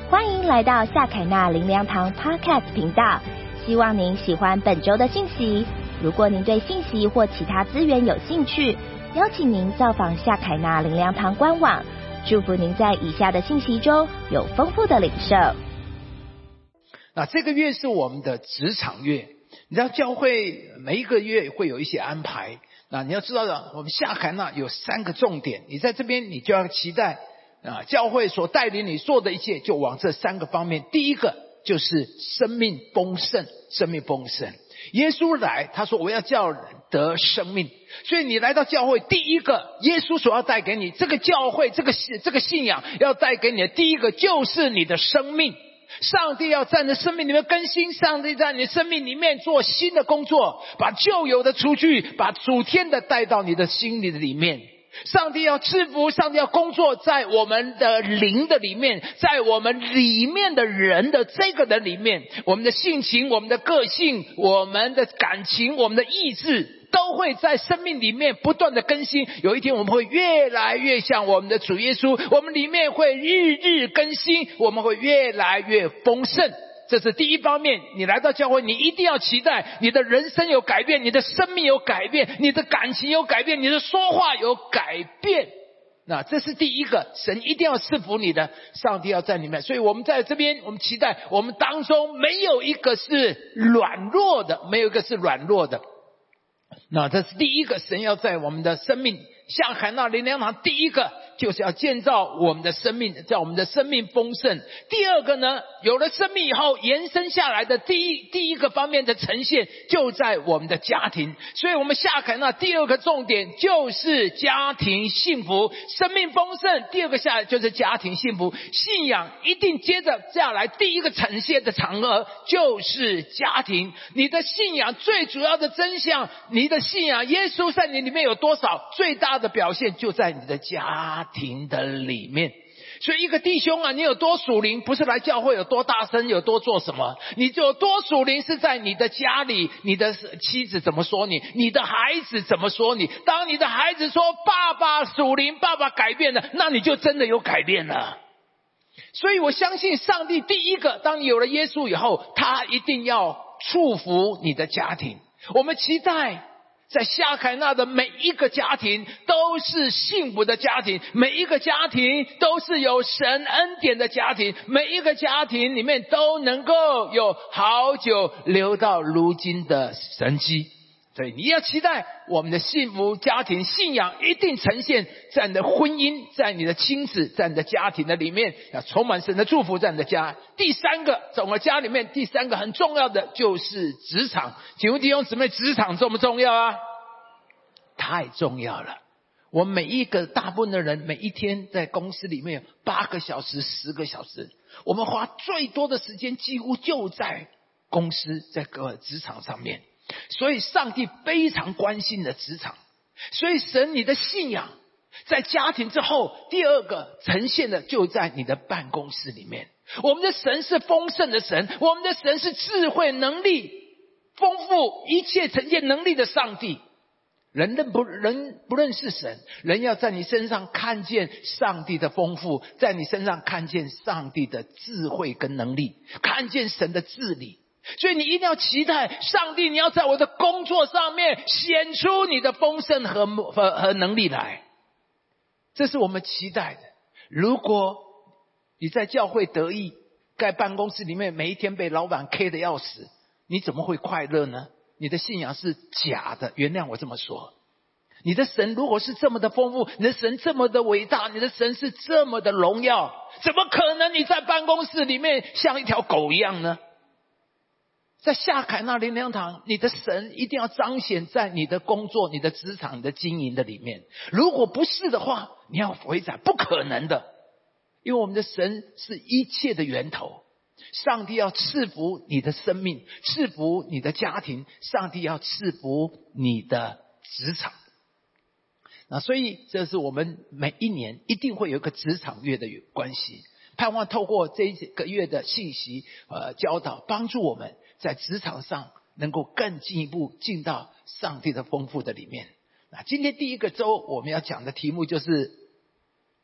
欢迎来到夏凯纳灵粮堂 Podcast 频道，希望您喜欢本周的信息。如果您对信息或其他资源有兴趣，邀请您造访夏凯纳灵粮堂官网。祝福您在以下的信息中有丰富的领受。 那这个月是我们的职场月，你知道教会每一个月会有一些安排。那你要知道的，我们夏凯纳有3个重点，你在这边你就要期待教会所带领你做的一切就往这3个方面。第一个就是生命丰盛，生命丰盛。耶稣来，他说我要叫人得生命，所以你来到教会，第一个耶稣所要带给你这个教会这个信仰要带给你的第一个就是你的生命。上帝要在你的生命里面更新，上帝在你的生命里面做新的工作，把旧有的除去，把属天的带到你的心里的里面。上帝要赐福，上帝要工作在我们的灵的里面，在我们里面的人的这个的里面，我们的性情，我们的个性，我们的感情，我们的意志都会在生命里面不断的更新。有一天我们会越来越像我们的主耶稣，我们里面会日日更新，我们会越来越丰盛。这是第一方面，你来到教会你一定要期待你的人生有改变，你的生命有改变，你的感情有改变，你的说话有改变。那这是第一个，神一定要赐福你的，上帝要在里面。所以我们在这边，我们期待我们当中没有一个是软弱的，没有一个是软弱的。那这是第一个，神要在我们的生命，夏凯纳灵粮堂第一个就是要建造我们的生命，叫我们的生命丰盛。第二个呢，有了生命以后延伸下来的第一个方面的呈现就在我们的家庭。所以我们夏凯纳第二个重点就是家庭幸福，生命丰盛，第二个下来就是家庭幸福。信仰一定接着下来第一个呈现的场合就是家庭。你的信仰最主要的真相，你的信仰耶稣在你里面有多少，最大的表现就在你的家庭的里面。所以一个弟兄你有多属灵，不是来教会有多大声，有多做什么，你就有多属灵是在你的家里，你的妻子怎么说你，你的孩子怎么说你。当你的孩子说爸爸属灵，爸爸改变了，那你就真的有改变了。所以我相信上帝第一个，当你有了耶稣以后，他一定要祝福你的家庭。我们期待在夏凯纳的每一个家庭都是幸福的家庭，每一个家庭都是有神恩典的家庭，每一个家庭里面都能够有好久留到如今的神迹。所以你要期待我们的幸福家庭信仰一定呈现在你的婚姻，在你的亲子，在你的家庭的里面，要充满神的祝福在你的家。第三个，整个家里面第三个很重要的就是职场。请问弟兄姊妹，职场重不重要啊？太重要了。我们每一个大部分的人每一天在公司里面有8个小时10个小时，我们花最多的时间几乎就在公司，在各职场上面。所以上帝非常关心的职场，所以神你的信仰在家庭之后，第二个呈现的就在你的办公室里面。我们的神是丰盛的神，我们的神是智慧能力丰富一切呈现能力的上帝。人不认识神，人要在你身上看见上帝的丰富，在你身上看见上帝的智慧跟能力，看见神的治理。所以你一定要期待上帝，你要在我的工作上面显出你的丰盛和能力来，这是我们期待的。如果你在教会得意，在办公室里面每一天被老板 K 得要死，你怎么会快乐呢？你的信仰是假的，原谅我这么说。你的神如果是这么的丰富，你的神这么的伟大，你的神是这么的荣耀，怎么可能你在办公室里面像一条狗一样呢？在夏凯纳灵粮堂，你的神一定要彰显在你的工作，你的职场，你的经营的里面。如果不是的话，你要回转，不可能的。因为我们的神是一切的源头，上帝要赐福你的生命，赐福你的家庭，上帝要赐福你的职场。那所以这是我们每一年一定会有一个职场月的关系，盼望透过这一个月的信息教导，帮助我们在职场上能够更进一步进到上帝的丰富的里面。那今天第一个周我们要讲的题目就是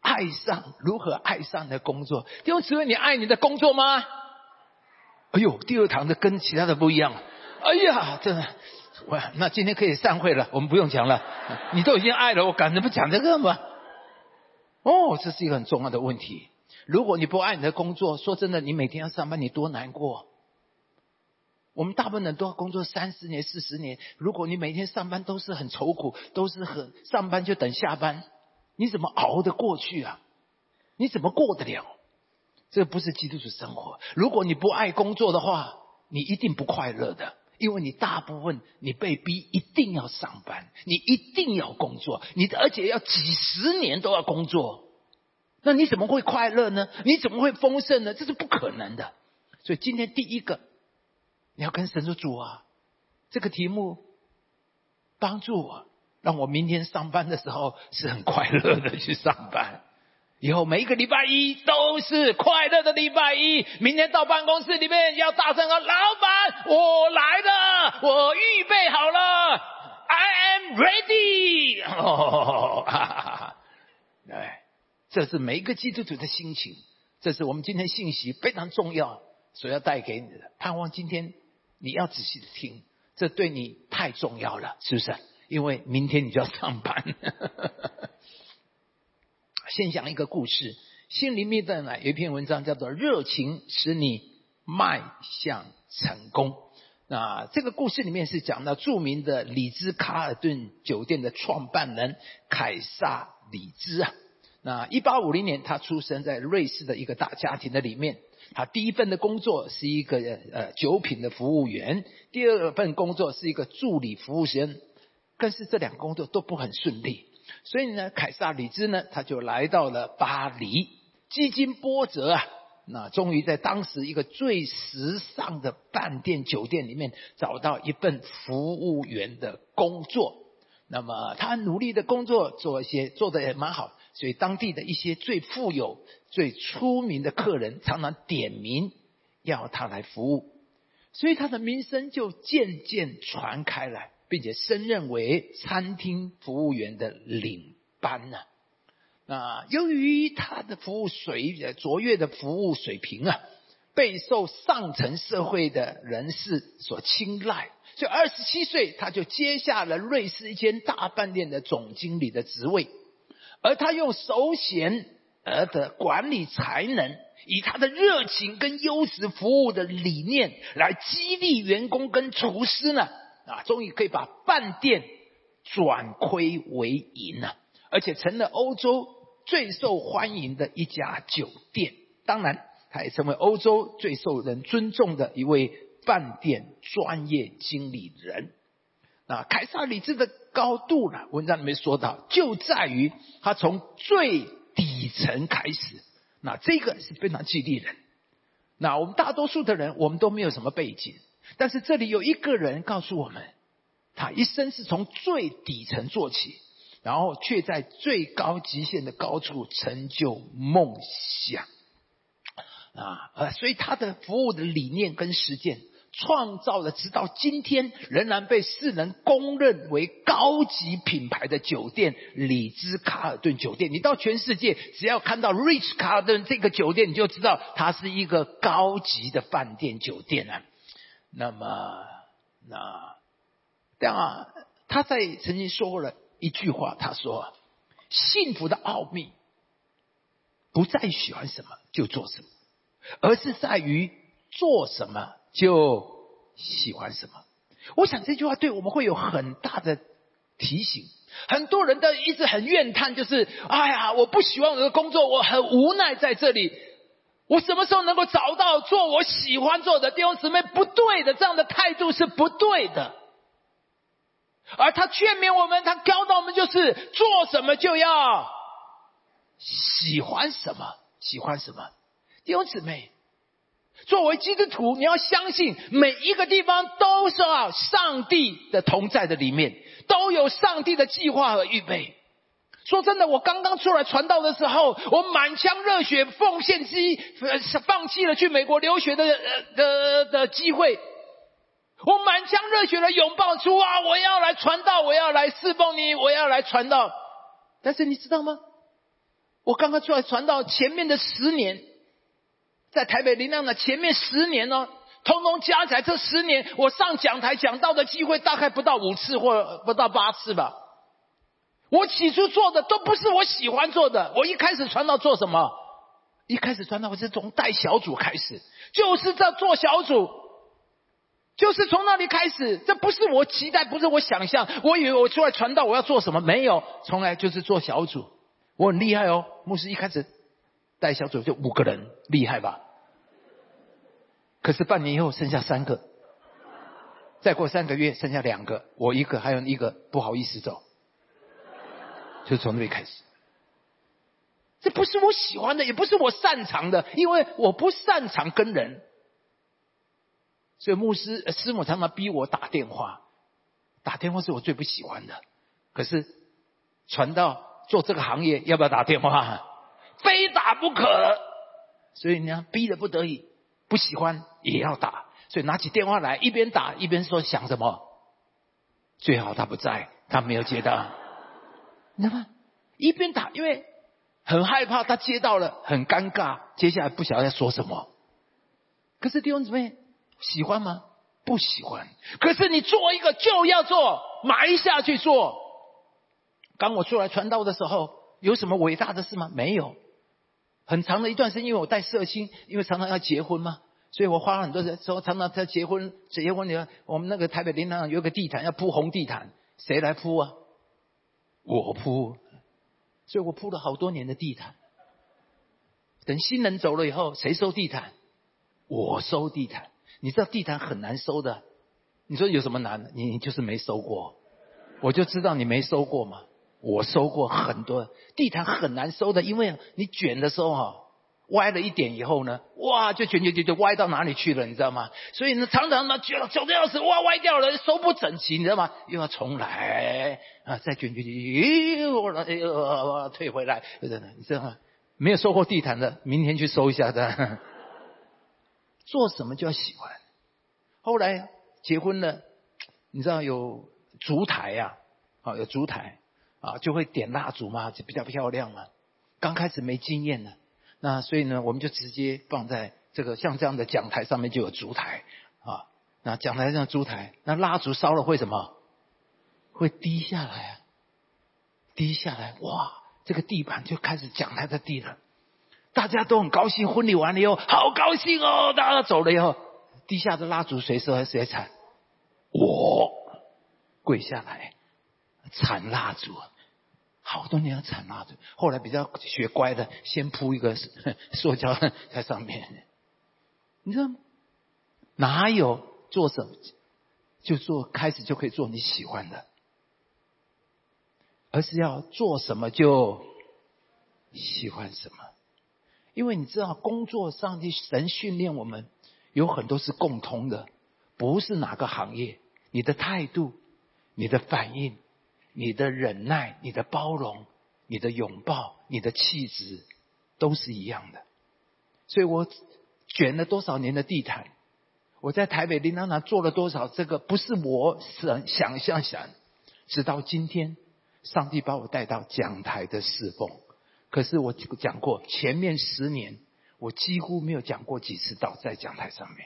如何爱上你的工作。弟兄姊妹，你爱你的工作吗？哎呦，第二堂的跟其他的不一样。哎呀，真的，那今天可以散会了，我们不用讲了。你都已经爱了，我赶着不讲这个吗？这是一个很重要的问题。如果你不爱你的工作，说真的，你每天要上班，你多难过。我们大部分人都要工作30年、40年，如果你每天上班都是很愁苦，都是上班就等下班，你怎么熬得过去啊？你怎么过得了？这不是基督徒生活。如果你不爱工作的话，你一定不快乐的，因为你大部分你被逼一定要上班，你一定要工作，而且要几十年都要工作，那你怎么会快乐呢？你怎么会丰盛呢？这是不可能的。所以今天第一个，你要跟神说，主啊，这个题目帮助我，让我明天上班的时候是很快乐的去上班，以后每一个礼拜一都是快乐的礼拜一。明天到办公室里面要大声说，老板我来了，我预备好了， I am ready。 对，这是每一个基督徒的心情，这是我们今天信息非常重要所要带给你的。盼望今天你要仔细的听，这对你太重要了，是不是？因为明天你就要上班。先讲一个故事，心灵密探有一篇文章叫做《热情使你迈向成功》。那这个故事里面是讲到著名的里兹卡尔顿酒店的创办人凯撒里兹啊。那1850年他出生在瑞士的一个大家庭的里面，他第一份的工作是一个酒品的服务员，第二份工作是一个助理服务生，但是这两个工作都不很顺利。所以呢，凯撒里兹呢，他就来到了巴黎，几经波折啊，那终于在当时一个最时尚的饭店酒店里面找到一份服务员的工作。那么他努力的工作，做得也蛮好，所以当地的一些最富有、最出名的客人常常点名要他来服务，所以他的名声就渐渐传开来，并且升任为餐厅服务员的领班啊。那由于他的卓越的服务水平啊，备受上层社会的人士所青睐，所以27岁他就接下了瑞士一间大饭店的总经理的职位。而他用首显的管理才能，以他的热情跟优质服务的理念来激励员工跟厨师呢，终于可以把饭店转亏为盈了，而且成了欧洲最受欢迎的一家酒店。当然他也成为欧洲最受人尊重的一位饭店专业经理人。那凯撒里兹的高度呢，文章里面说到，就在于他从最底层开始，那这个是非常激励人。那我们大多数的人，我们都没有什么背景，但是这里有一个人告诉我们，他一生是从最底层做起，然后却在最高极限的高处成就梦想所以他的服务的理念跟实践，创造了直到今天仍然被世人公认为高级品牌的酒店——里兹卡尔顿酒店。你到全世界只要看到 Ritz Carlton 这个酒店，你就知道它是一个高级的饭店酒店啊。那么他曾经说过了一句话，他说，幸福的奥秘不在于喜欢什么就做什么，而是在于做什么就喜欢什么。我想这句话对我们会有很大的提醒。很多人都一直很怨叹，就是哎呀，我不喜欢我的工作，我很无奈在这里，我什么时候能够找到做我喜欢做的？弟兄姊妹，不对的，这样的态度是不对的。而他劝勉我们，他教导我们，就是做什么就要喜欢什么，喜欢什么。弟兄姊妹，作为基督徒，你要相信每一个地方都是上帝的同在的里面，都有上帝的计划和预备。说真的，我刚刚出来传道的时候，我满腔热血奉献放弃了去美国留学的机会，我满腔热血的拥抱出我要来传道，我要来侍奉你，我要来传道。但是你知道吗？ 我刚刚出来传道前面的10年，在台北灵粮的前面10年呢，通通加起来这10年，我上讲台讲道的机会大概不到5次或不到8次吧。我起初做的都不是我喜欢做的。我一开始传道做什么？一开始传道我是从带小组开始，就是在做小组，就是从那里开始。这不是我期待，不是我想象，我以为我出来传道我要做什么，没有，从来就是做小组。我很厉害哦，牧师一开始带小组就5个人，厉害吧？可是半年以后剩下3个，再过3个月剩下2个，我1个，还有1个不好意思走，就从那里开始。这不是我喜欢的，也不是我擅长的，因为我不擅长跟人。所以师母常常逼我打电话，打电话是我最不喜欢的。可是传道做这个行业要不要打电话？非打不可。所以呢，逼得不得已，不喜欢也要打。所以拿起电话来，一边打一边说想什么？最好他不在，他没有接到。你知道吗？一边打，因为很害怕他接到了很尴尬，接下来不晓得要说什么。可是弟兄姊妹喜欢吗？不喜欢。可是你做一个就要做，埋下去做。刚我出来传道的时候，有什么伟大的事吗？没有。很长的一段时间，因为我带社青，因为常常要结婚嘛，所以我花了很多时候常常在结婚里，我们那个台北灵粮有个地毯要铺红地毯，谁来铺啊？我铺。所以我铺了好多年的地毯。等新人走了以后，谁收地毯？我收地毯。你知道地毯很难收的，你说有什么难？你就是没收过。我就知道你没收过嘛。我收过很多地毯，很难收的，因为你卷的时候歪了一点以后呢，哇，就卷歪到哪里去了，你知道吗？所以呢，常常呢卷得要死，哇，歪掉了，收不整齐，你知道吗？又要重来啊，再卷，退回来，你知道吗？没有收过地毯的，明天去收一下的。做什么就要喜欢。后来结婚了，你知道有烛台有烛台就会点蜡烛嘛，就比较漂亮嘛。刚开始没经验呢，那所以呢，我们就直接放在这个像这样的讲台上面就有烛台那讲台上烛台，那蜡烛烧了会什么？会滴下来滴下来，哇，这个地板就开始讲台的地了。大家都很高兴，婚礼完了以后好高兴哦，大家走了以后，地下的蜡烛谁收还是谁铲？我跪下来铲蜡烛，好多年要铲蜡烛。后来比较学乖的，先铺一个塑胶在上面。你知道吗？哪有做什么就做，开始就可以做你喜欢的，而是要做什么就喜欢什么。因为你知道，工作上帝神训练我们有很多是共通的，不是哪个行业，你的态度、你的反应、你的忍耐、你的包容、你的拥抱、你的气质都是一样的。所以我卷了多少年的地毯，我在台北灵粮做了多少这个，不是我想，直到今天上帝把我带到讲台的侍奉。可是我讲过，前面10年我几乎没有讲过几次道在讲台上面。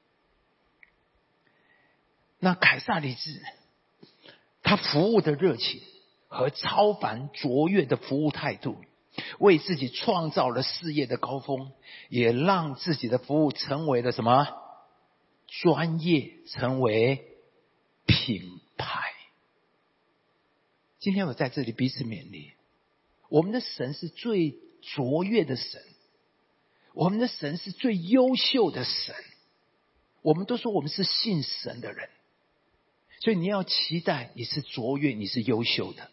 那凯撒李治他服务的热情和超凡卓越的服务态度，为自己创造了事业的高峰，也让自己的服务成为了什么？专业，成为品牌。今天我在这里彼此勉励，我们的神是最卓越的神，我们的神是最优秀的神。我们都说我们是信神的人，所以你要期待你是卓越，你是优秀的。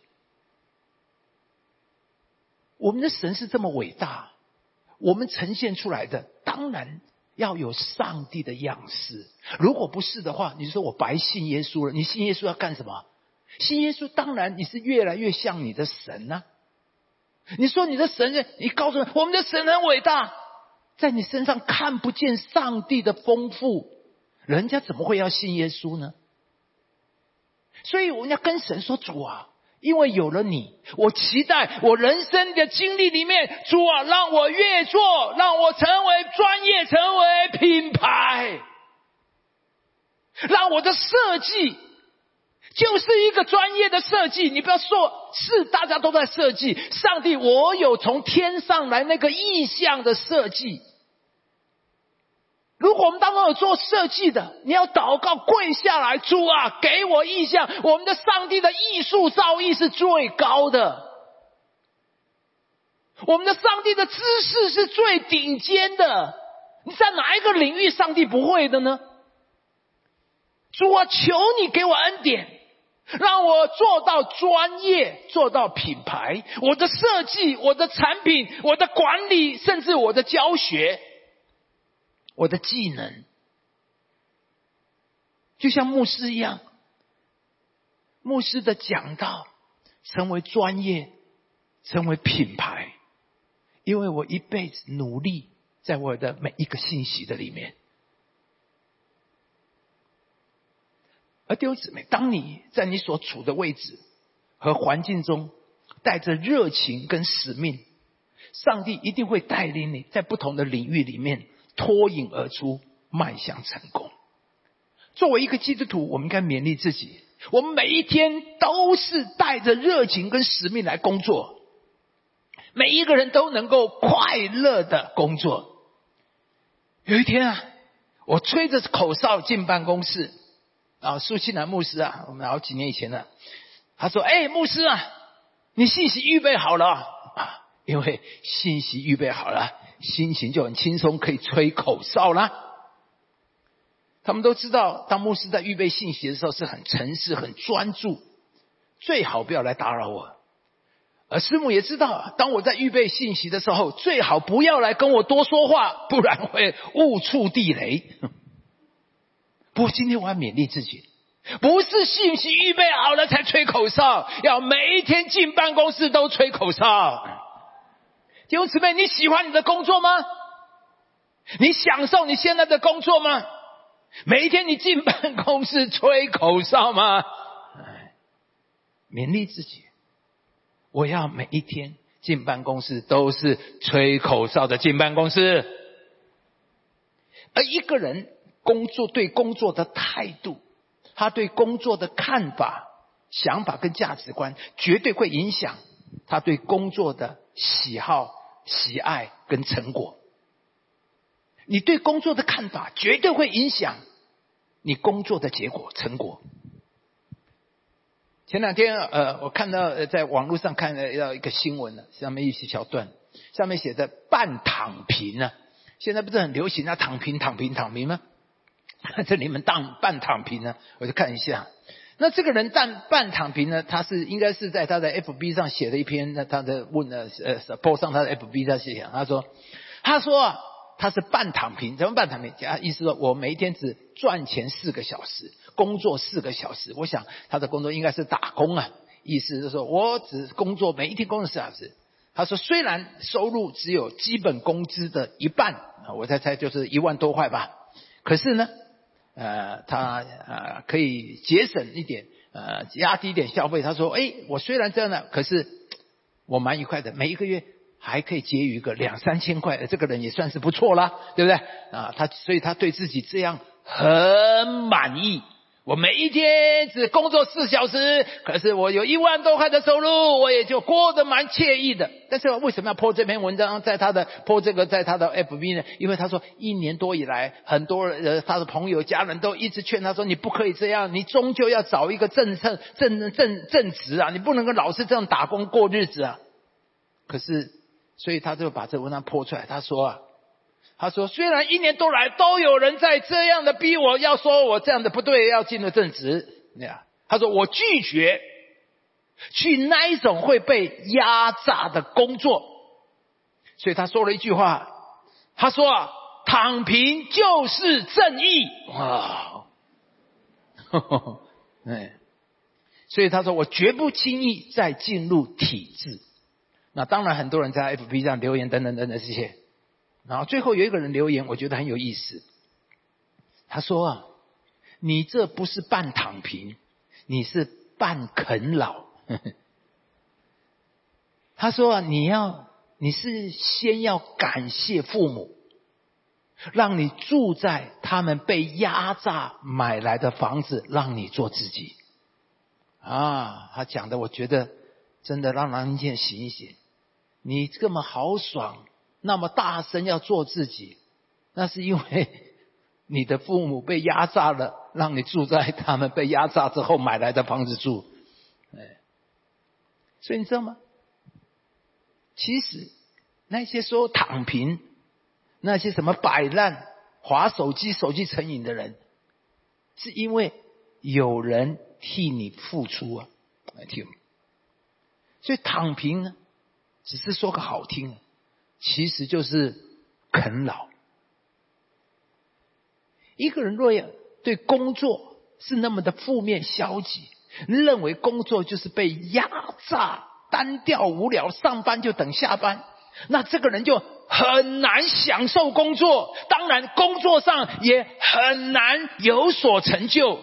我们的神是这么伟大，我们呈现出来的当然要有上帝的样式。如果不是的话，你说我白信耶稣了。你信耶稣要干什么？信耶稣当然你是越来越像你的神啊。你说你的神，你告诉我们的神很伟大，在你身上看不见上帝的丰富，人家怎么会要信耶稣呢？所以我们要跟神说，主啊， 因为有了你，我期待我人生的经历里面，主啊，让我越做，让我成为专业，成为品牌，让我的设计就是一个专业的设计。你不要说是大家都在设计，上帝，我有从天上来那个意象的设计。如果我们当中有做设计的，你要祷告跪下来，主啊，给我意象。我们的上帝的艺术造诣是最高的，我们的上帝的知识是最顶尖的，你在哪一个领域上帝不会的呢？主啊，求你给我恩典，让我做到专业，做到品牌，我的设计，我的产品，我的管理，甚至我的教学，我的技能，就像牧师一样，牧师的讲道成为专业，成为品牌，因为我一辈子努力在我的每一个信息的里面。而弟兄姊妹，当你在你所处的位置和环境中带着热情跟使命，上帝一定会带领你在不同的领域里面脱颖而出，迈向成功。作为一个基督徒，我们应该勉励自己，我们每一天都是带着热情跟使命来工作，每一个人都能够快乐的工作。有一天啊，我吹着口哨进办公室啊，苏庆南牧师啊，我们好几年以前了，他说：“牧师啊，你信息预备好了啊？因为信息预备好了，心情就很轻松，可以吹口哨啦。”他们都知道，当牧师在预备信息的时候是很沉实、很专注，最好不要来打扰我。而师母也知道，当我在预备信息的时候，最好不要来跟我多说话，不然会误触地雷。不过今天我要勉励自己，不是信息预备好了才吹口哨，要每一天进办公室都吹口哨。弟兄姊妹，你喜欢你的工作吗？你享受你现在的工作吗？每一天你进办公室吹口哨吗？勉励自己，我要每一天进办公室都是吹口哨的进办公室。而一个人对工作的态度，他对工作的看法、想法跟价值观，绝对会影响他对工作的喜好、喜爱跟成果。你对工作的看法绝对会影响你工作的结果、成果。前两天我看到在网络上看到一个新闻，上面一小段，上面写的半躺平啊，现在不是很流行躺平吗？这里面半躺平呢，我就看一下。那这个人半躺平呢，他应该是在他的 FB 上写了一篇，他的po 上他的 FB 上写，他说他是半躺平。怎么半躺平？意思说我每一天只赚钱4个小时，工作4个小时。我想他的工作应该是打工啊，意思就是说我只工作，每一天工作4小时。他说虽然收入只有基本工资的一半，我猜就是1万多块吧，可是呢他可以节省一点，压低一点消费。他说我虽然这样的，可是我蛮愉快的，每一个月还可以结余个2-3千块，这个人也算是不错啦，对不对所以他对自己这样很满意。我每一天只工作4小时，可是我有1万多块的收入，我也就过得蛮惬意的。但是为什么要 po 这篇文章，在他的 FB 呢？因为他说1年多以来，很多他的朋友家人都一直劝他说，你不可以这样，你终究要找一个正职啊，你不能够老是这样打工过日子啊。可是所以他就把这文章 po 出来，他说虽然1年多来都有人在这样的逼我，要说我这样的不对，要进入正职。他说我拒绝去那一种会被压榨的工作。所以他说了一句话，他说躺平就是正义。哇所以他说我绝不轻易再进入体制。那当然很多人在 FB 上留言等等这些。然后最后有一个人留言，我觉得很有意思。他说你这不是半躺平，你是半啃老。 他说你是先要感谢父母，让你住在他们被压榨买来的房子，让你做自己。他讲的我觉得真的让人家醒一醒。你这么豪爽，那么大声要做自己，那是因为你的父母被压榨了，让你住在他们被压榨之后买来的房子住。所以你知道吗？其实那些说躺平，那些什么摆烂、滑手机成瘾的人，是因为有人替你付出啊。来听，所以躺平呢，只是说个好听，其实就是啃老。一个人若要对工作是那么的负面消极，认为工作就是被压榨、单调无聊，上班就等下班，那这个人就很难享受工作，当然工作上也很难有所成就。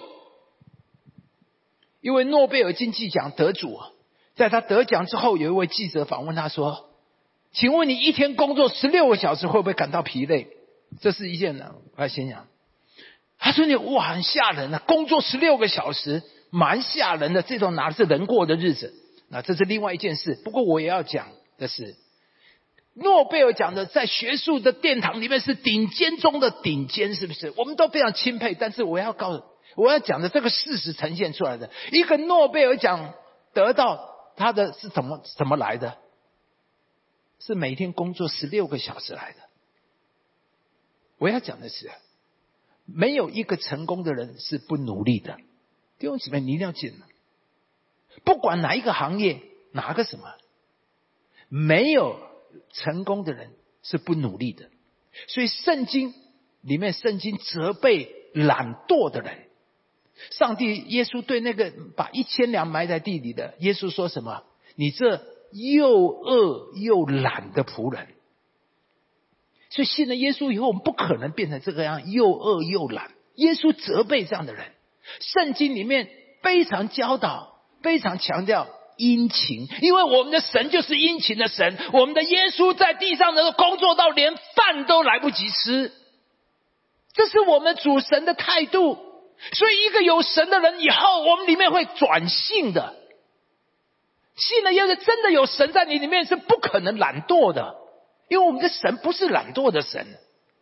因为诺贝尔经济奖得主，在他得奖之后，有一位记者访问他说，请问你一天工作16个小时会不会感到疲累？这是一件呢，我先讲。他说哇很吓人啊，工作16个小时蛮吓人的，这种哪是人过的日子。那这是另外一件事。不过我也要讲的是，诺贝尔奖的在学术的殿堂里面是顶尖中的顶尖，是不是？我们都非常钦佩。但是我要讲的这个事实呈现出来的，一个诺贝尔奖得到他的是怎么来的？是每天工作16个小时来的。我要讲的是，没有一个成功的人是不努力的。弟兄姊妹，你一定要记得，不管哪一个行业，哪个什么，没有成功的人是不努力的。所以圣经责备懒惰的人。耶稣对那个把1000两埋在地里的，耶稣说什么？你这又饿又懒的仆人。所以信了耶稣以后，我们不可能变成这个样，又饿又懒。耶稣责备这样的人。圣经里面非常教导，非常强调殷勤，因为我们的神就是殷勤的神。我们的耶稣在地上的工作到连饭都来不及吃，这是我们主神的态度。所以一个有神的人以后，我们里面会转性的。信了耶稣，真的有神在你里面，是不可能懒惰的，因为我们的神不是懒惰的神。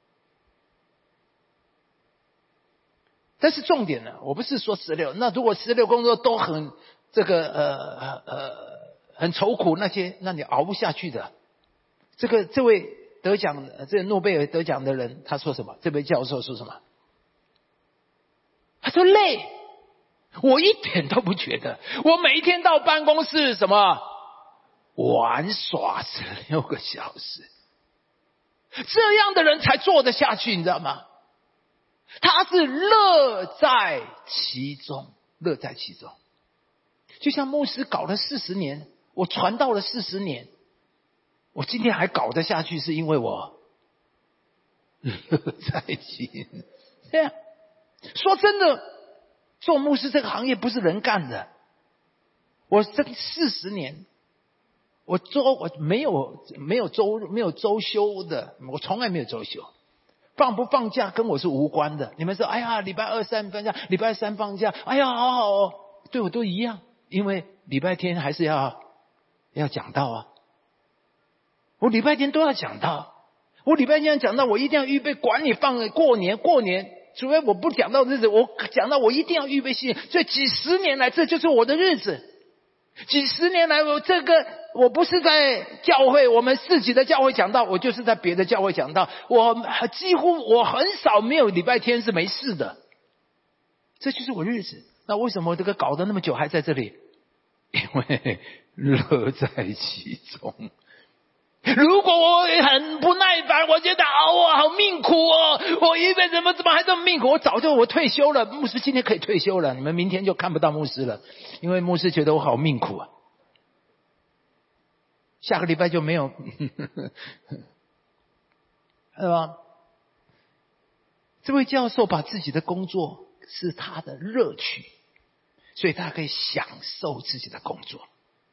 但是重点呢，我不是说16，那如果16工作都很很愁苦，那你熬不下去的。这位得奖，这个诺贝尔得奖的人，他说什么？这位教授说什么？他说累，我一点都不觉得。我每一天到办公室什么玩耍16个小时，这样的人才做得下去，你知道吗？他是乐在其中，乐在其中。就像牧师搞了40年，我传道了40年，我今天还搞得下去，是因为我乐在其中。对啊，说真的，做牧师这个行业不是人干的。我这40年，我没有周休的，我从来没有周休。放不放假跟我是无关的。你们说哎呀礼拜2、3放假，礼拜3放假，哎呀好好哦，对我都一样，因为礼拜天还是要讲道啊。我礼拜天都要讲道，我礼拜天讲道，我一定要预备，管你放过年，除非我不讲到日子，我讲到我一定要预备信。所以几十年来，这就是我的日子。几十年来，我不是在教会，我们自己的教会讲道，我就是在别的教会讲道。我很少没有礼拜天是没事的，这就是我日子。那为什么这个搞得那么久还在这里？因为乐在其中。如果我很不耐烦，我觉得我好命苦哦，我一辈子怎么还这么命苦？我退休了，牧师今天可以退休了，你们明天就看不到牧师了，因为牧师觉得我好命苦啊。下个礼拜就没有是吧？这位教授把自己的工作是他的乐趣，所以他可以享受自己的工作。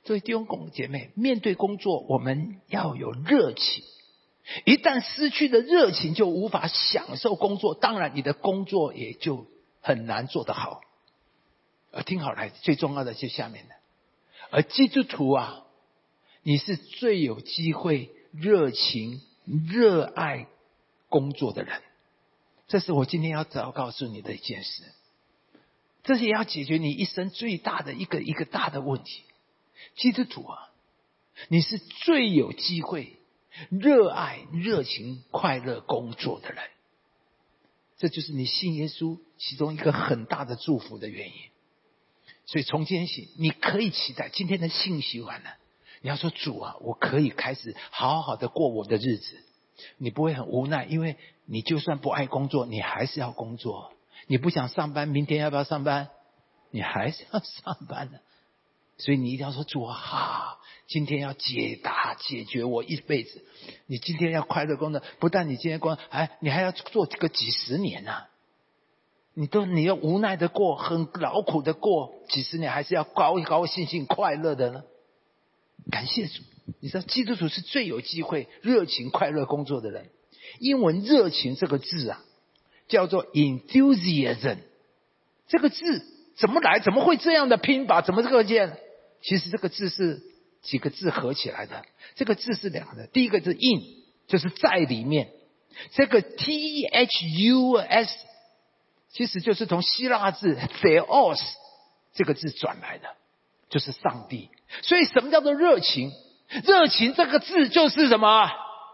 各位弟兄姐妹，面对工作我们要有热情，一旦失去了热情就无法享受工作，当然你的工作也就很难做得好。听好了，最重要的就下面的，而基督徒啊，你是最有机会热情热爱工作的人，这是我今天要告诉你的一件事，这是也要解决你一生最大的一个大的问题。基督徒啊，你是最有机会热爱热情快乐工作的人，这就是你信耶稣其中一个很大的祝福的原因。所以从今天起，你可以期待今天的信息完了，你要说主啊，我可以开始好好的过我的日子。你不会很无奈，因为你就算不爱工作，你还是要工作。你不想上班，明天要不要上班？你还是要上班的。所以你一定要说主啊，今天要解决我一辈子。你今天要快乐工作，不但你今天你还要做个几十年啊！你要无奈的过，很劳苦的过几十年，还是要高高兴兴快乐的呢？感谢主，你知道基督徒是最有机会热情快乐工作的人。英文热情这个字啊，叫做 enthusiasm。 这个字怎么来？怎么会这样的拼法？怎么这个键？其实这个字是几个字合起来的。这个字是两个，第一个是 in， 就是在里面。这个 thus 其实就是从希腊字 theos 这个字转来的，就是上帝。所以什么叫做热情？热情这个字就是什么？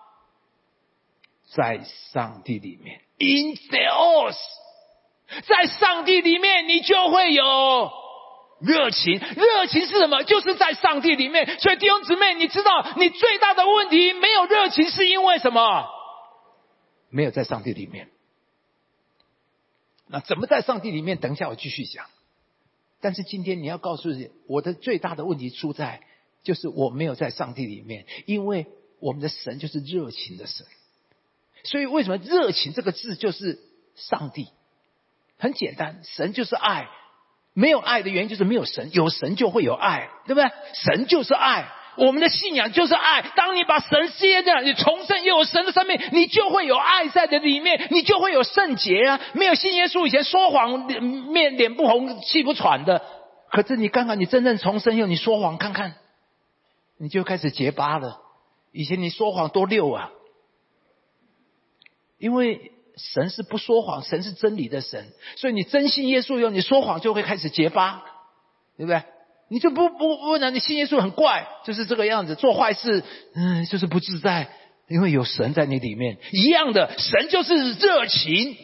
在上帝里面 in theos， 在上帝里面你就会有热情。热情是什么？就是在上帝里面。所以弟兄姊妹，你知道你最大的问题没有热情是因为什么？没有在上帝里面。那怎么在上帝里面？等一下我继续讲。但是今天你要告诉我的最大的问题出在就是我没有在上帝里面，因为我们的神就是热情的神。所以为什么热情这个字就是上帝？很简单，神就是爱，没有爱的原因就是没有神，有神就会有爱，对不对？神就是爱，我们的信仰就是爱。当你把神接着，你重生又有神的生命，你就会有爱在的里面，你就会有圣洁啊！没有信耶稣以前说谎脸不红气不喘的，可是你看看你真正重生以后，你说谎看看，你就开始结巴了。以前你说谎多溜啊，因为神是不说谎，神是真理的神，所以你真信耶稣以后，你说谎就会开始结巴，对不对？你就不然你信耶稣很怪，就是这个样子，做坏事就是不自在，因为有神在你里面。一样的，神就是热情。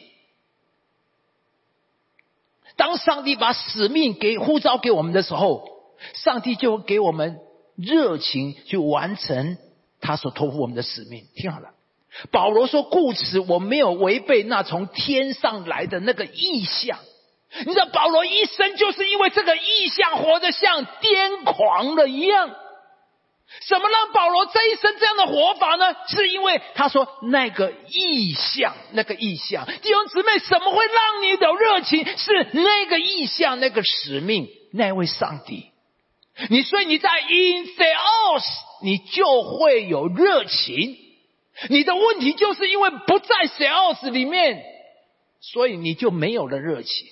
当上帝把使命呼召给我们的时候，上帝就给我们热情去完成他所托付我们的使命。听好了，保罗说，故此我没有违背那从天上来的那个意象。你知道保罗一生就是因为这个意象活得像癫狂了一样。什么让保罗这一生这样的活法呢？是因为他说那个意象。弟兄姊妹，什么会让你有热情？是那个意象，那个使命，那位上帝。所以你在 in theos 你就会有热情。你的问题就是因为不在 theos 里面，所以你就没有了热情。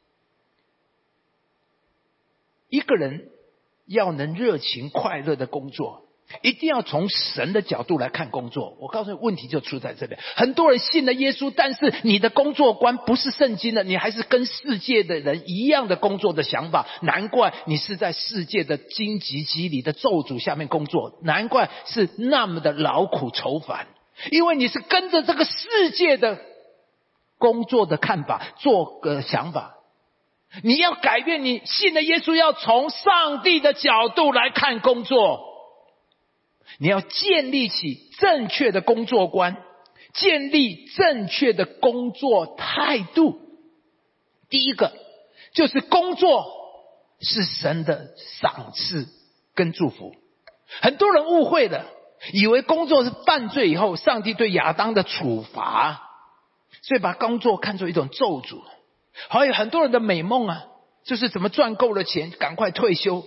一个人要能热情快乐的工作，一定要从神的角度来看工作。我告诉你，问题就出在这边。很多人信了耶稣，但是你的工作观不是圣经的，你还是跟世界的人一样的工作的想法，难怪你是在世界的荆棘蒺藜的咒诅下面工作，难怪是那么的劳苦愁烦，因为你是跟着这个世界的工作的看法做个想法。你要改变，你信的耶稣要从上帝的角度来看工作。你要建立起正确的工作观，建立正确的工作态度。第一个就是工作是神的赏赐跟祝福。很多人误会了，以为工作是犯罪以后上帝对亚当的处罚，所以把工作看作一种咒诅。还有很多人的美梦啊，就是怎么赚够了钱赶快退休，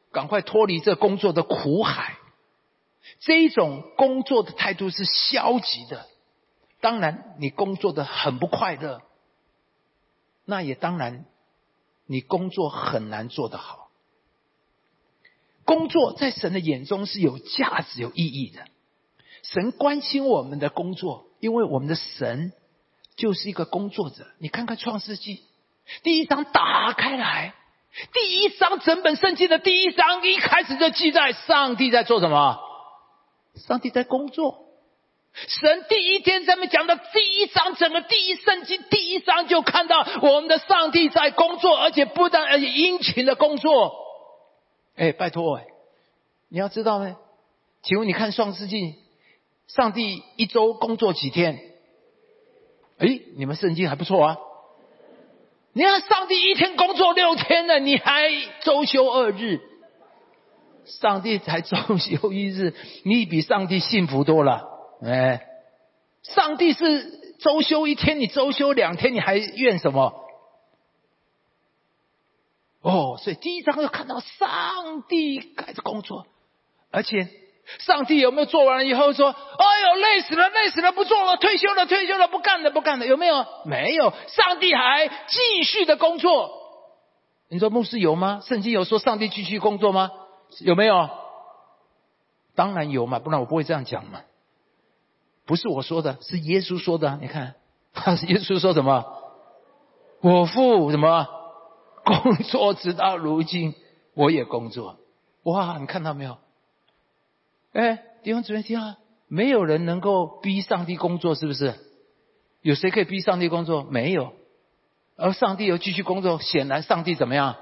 赶快脱离这工作的苦海。这一种工作的态度是消极的，当然你工作的很不快乐，那也当然你工作很难做得好。工作在神的眼中是有价值有意义的，神关心我们的工作，因为我们的神就是一个工作者。你看看创世纪第1章打开来，第1章整本圣经的第1章一开始就记载上帝在做什么？上帝在工作。神第1天咱们讲的第1章，整个圣经第1章就看到我们的上帝在工作，而且不但而且殷勤的工作。拜托你要知道呢，请问你看创世纪，上帝一周工作几天？你们圣经还不错啊。你看上帝一天工作6天呢，你还周休2日，上帝才周休1日，你比上帝幸福多了。上帝是周休1天，你周休2天，你还怨什么？所以第1章就看到上帝开始工作，而且上帝有没有做完了以后说，哎呦累死了，不做了，退休了，不干了，有没有？没有，上帝还继续的工作。你说牧师有吗？圣经有说上帝继续工作吗？有没有？当然有嘛，不然我不会这样讲嘛。不是我说的，是耶稣说的。你看耶稣说什么？我父什么工作直到如今，我也工作。哇，你看到没有？弟兄姊妹听啊，没有人能够逼上帝工作，是不是？有谁可以逼上帝工作？没有。而上帝又继续工作，显然上帝怎么样？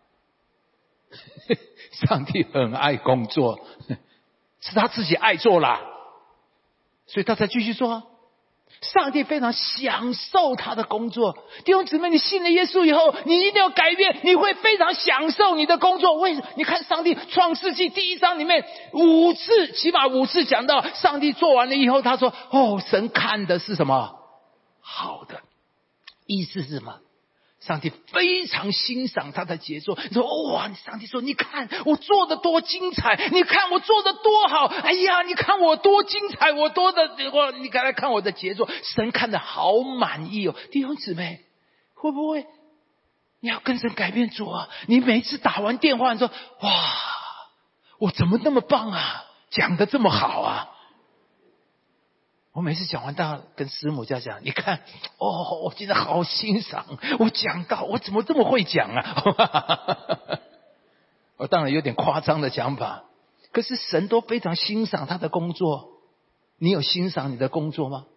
上帝很爱工作，是他自己爱做啦，所以他才继续做啊。上帝非常享受他的工作。弟兄姊妹，你信了耶稣以后，你一定要改变，你会非常享受你的工作。为什么？你看上帝创世纪第1章里面起码5次讲到上帝做完了以后，他说神看的是什么？好的。意思是什么？上帝非常欣赏他的杰作。你说哇，上帝说你看我做的多精彩，你看我做的多好，哎呀你看我多精彩，你看我的杰作，神看得好满意哦。弟兄姊妹，会不会你要跟神改变主啊？你每一次打完电话你说哇我怎么那么棒啊，讲得这么好啊。我每次讲完大跟师母家讲，你看我今天好欣赏，我讲到我怎么这么会讲啊。我当然有点夸张的讲法，可是神都非常欣赏他的工作。你有欣赏你的工作吗？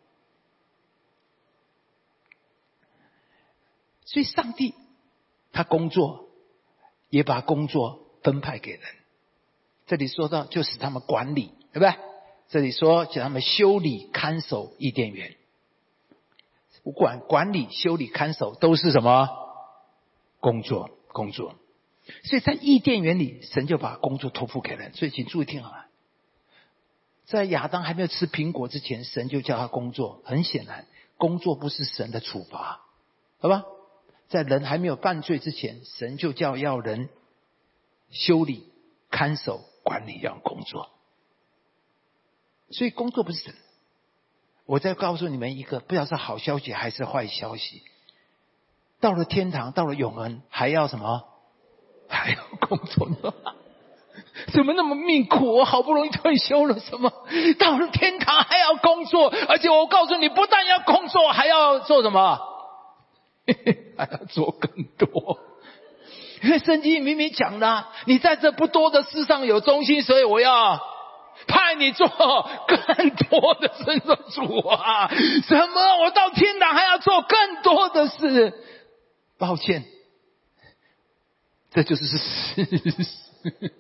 所以上帝他工作也把工作分派给人。这里说到就使他们管理，对不对？这里说叫他们修理看守伊甸园。不管管理修理看守都是什么？工作。所以在伊甸园里，神就把工作托付给人。所以请注意听好了，在亚当还没有吃苹果之前，神就叫他工作。很显然工作不是神的处罚，好吧？在人还没有犯罪之前，神就要人修理看守管理要工作。所以工作不是神。我再告诉你们一个，不知道是好消息还是坏消息，到了天堂到了永恒还要什么？还要工作呢？怎么那么命苦？我好不容易退休了，什么到了天堂还要工作？而且我告诉你，不但要工作，还要做什么？还要做更多。因为圣经明明讲了，你在这不多的事上有忠心，所以我要派你做更多的事。说主啊，什么我到天堂还要做更多的事？抱歉，这就是事实。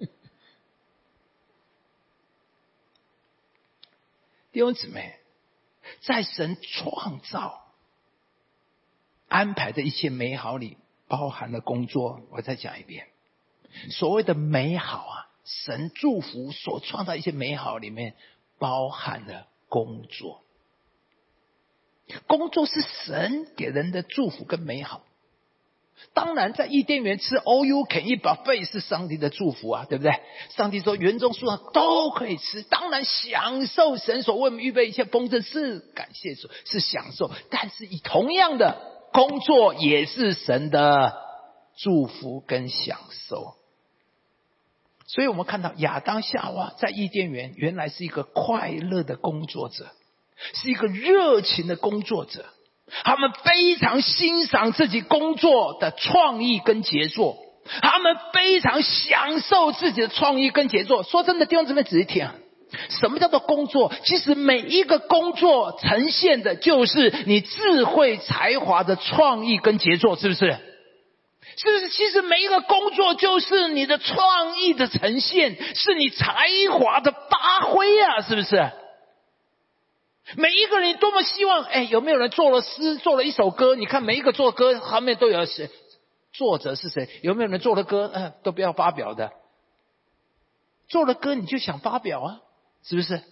弟兄姊妹，在神创造安排的一切美好里包含了工作。我再讲一遍，所谓的美好啊，神祝福所创造一些美好里面包含了工作。工作是神给人的祝福跟美好。 当然在伊甸园吃 all you can eat buffet 是上帝的祝福啊，对不对？上帝说园中树上都可以吃，当然享受神所为我们预备一切丰盛是感谢主，是享受。但是以同样的工作也是神的祝福跟享受。所以我们看到亚当夏娃在伊甸园原来是一个快乐的工作者，是一个热情的工作者，他们非常欣赏自己工作的创意跟杰作，他们非常享受自己的创意跟杰作。说真的，弟兄姊妹仔细听啊，什么叫做工作？其实每一个工作呈现的就是你智慧才华的创意跟杰作，是不是？是不是？其实每一个工作就是你的创意的呈现，是你才华的发挥啊，是不是？每一个人多么希望，有没有人做了诗，做了一首歌？你看每一个做歌后面都有谁，作者是谁？有没有人做了歌，都不要发表的？做了歌你就想发表啊，是不是？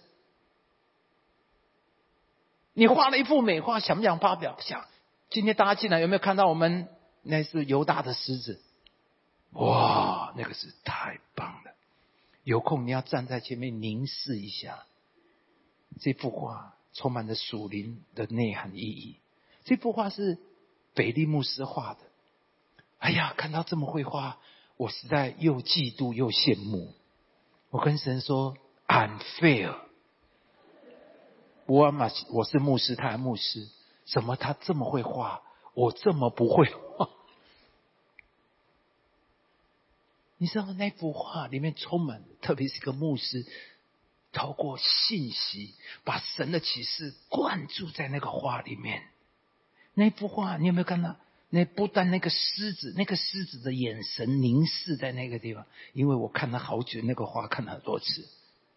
你画了一幅美画，想不想发表？想。今天大家进来有没有看到我们那是犹大的狮子？哇，那个是太棒了！有空你要站在前面凝视一下这幅画，充满了属灵的内涵意义。这幅画是北利牧师画的。哎呀，看到这么会画，我实在又嫉妒又羡慕。我跟神说 unfair， 我是牧师，他是牧师，怎么他这么会画，我这么不会画？你知道那幅画里面充满，特别是一个牧师透过信息把神的启示灌注在那个画里面。那幅画你有没有看到？那不但那个狮子的眼神凝视在那个地方，因为我看了好久，那个画看了很多次。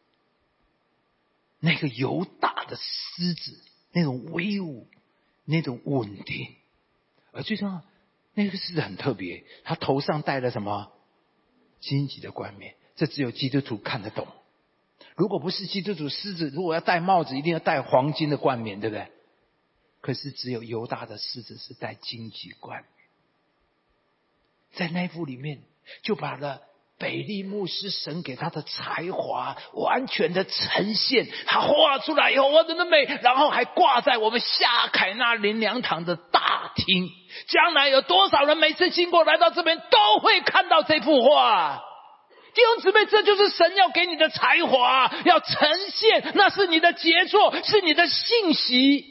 那个犹大的狮子，那种威武，那种稳定，而最重要，那个狮子很特别，他头上戴了什么？荆棘的冠冕，这只有基督徒看得懂。如果不是基督徒，狮子如果要戴帽子，一定要戴黄金的冠冕，对不对？可是只有犹大的狮子是戴荆棘冠冕。在那幅里面就把了北利牧师神给他的才华完全的呈现，他画出来以后我真的美，然后还挂在我们夏凯纳灵粮堂的大厅，将来有多少人每次经过来到这边都会看到这幅画。弟兄姊妹，这就是神要给你的才华，要呈现，那是你的杰作，是你的信息，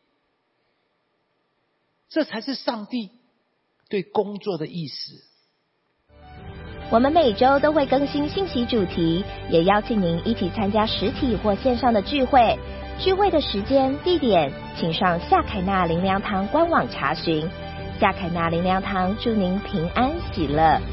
这才是上帝对工作的意思。 我们每周都会更新信息主题，也邀请您一起参加实体或线上的聚会。聚会的时间、地点，请上夏凯纳灵粮堂官网查询。夏凯纳灵粮堂祝您平安喜乐。